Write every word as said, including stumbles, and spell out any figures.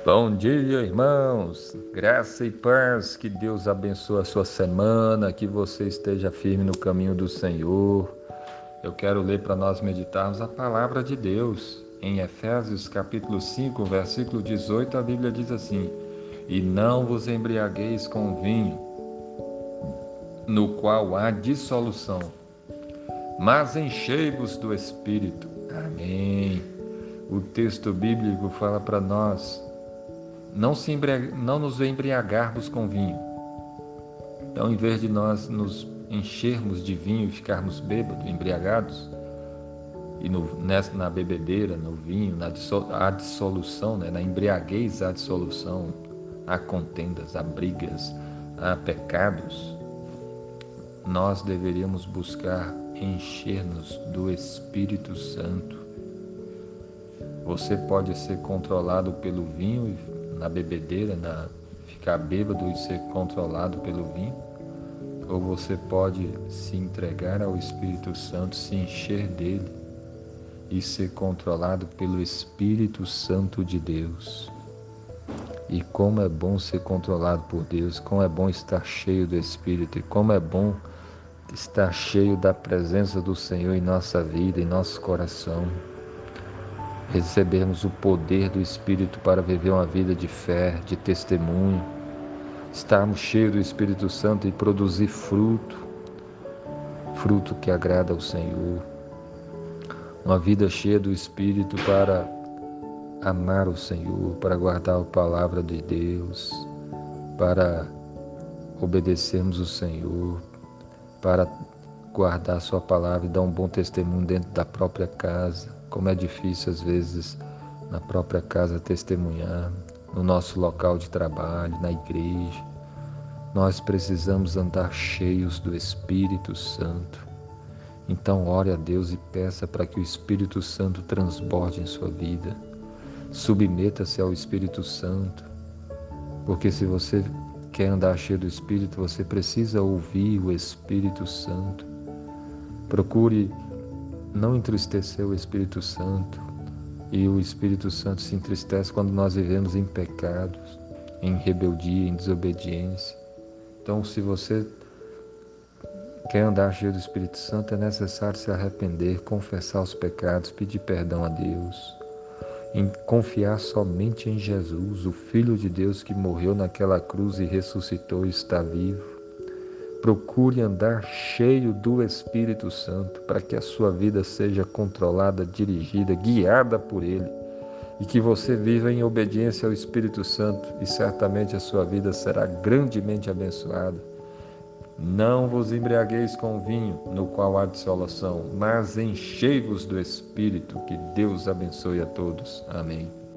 Bom dia, irmãos. Graça e paz. Que Deus abençoe a sua semana, que você esteja firme no caminho do Senhor. Eu quero ler para nós meditarmos a palavra de Deus. Em Efésios capítulo cinco, versículo dezoito, a Bíblia diz assim: E não vos embriagueis com vinho, no qual há dissolução, mas enchei-vos do Espírito. Amém. O texto bíblico fala para nós não, se embriag... não nos embriagarmos com vinho. Então, em vez de nós nos enchermos de vinho e ficarmos bêbados, embriagados, e no, nessa, na bebedeira, no vinho, na dissol... a dissolução, né? Na embriaguez há dissolução, há contendas, há brigas, há pecados, nós deveríamos buscar encher-nos do Espírito Santo. Você pode ser controlado pelo vinho, na bebedeira, na, ficar bêbado e ser controlado pelo vinho, ou você pode se entregar ao Espírito Santo, se encher dele e ser controlado pelo Espírito Santo de Deus. E como é bom ser controlado por Deus, como é bom estar cheio do Espírito, e como é bom estar cheio da presença do Senhor em nossa vida, em nosso coração. Recebermos o poder do Espírito para viver uma vida de fé, de testemunho, estarmos cheios do Espírito Santo e produzir fruto, fruto que agrada ao Senhor, uma vida cheia do Espírito para amar o Senhor, para guardar a palavra de Deus, para obedecermos o Senhor, para guardar a sua palavra e dar um bom testemunho dentro da própria casa. Como é difícil às vezes na própria casa testemunhar, no nosso local de trabalho, na igreja. Nós precisamos andar cheios do Espírito Santo. Então ore a Deus e peça para que o Espírito Santo transborde em sua vida. Submeta-se ao Espírito Santo, porque se você quer andar cheio do Espírito, você precisa ouvir o Espírito Santo. Procure não entristecer o Espírito Santo, e o Espírito Santo se entristece quando nós vivemos em pecados, em rebeldia, em desobediência. Então, se você quer andar cheio do Espírito Santo, é necessário se arrepender, confessar os pecados, pedir perdão a Deus, em confiar somente em Jesus, o Filho de Deus que morreu naquela cruz e ressuscitou e está vivo. Procure andar cheio do Espírito Santo para que a sua vida seja controlada, dirigida, guiada por Ele, e que você viva em obediência ao Espírito Santo, e certamente a sua vida será grandemente abençoada. Não vos embriagueis com vinho, no qual há dissolução, mas enchei-vos do Espírito. Que Deus abençoe a todos. Amém.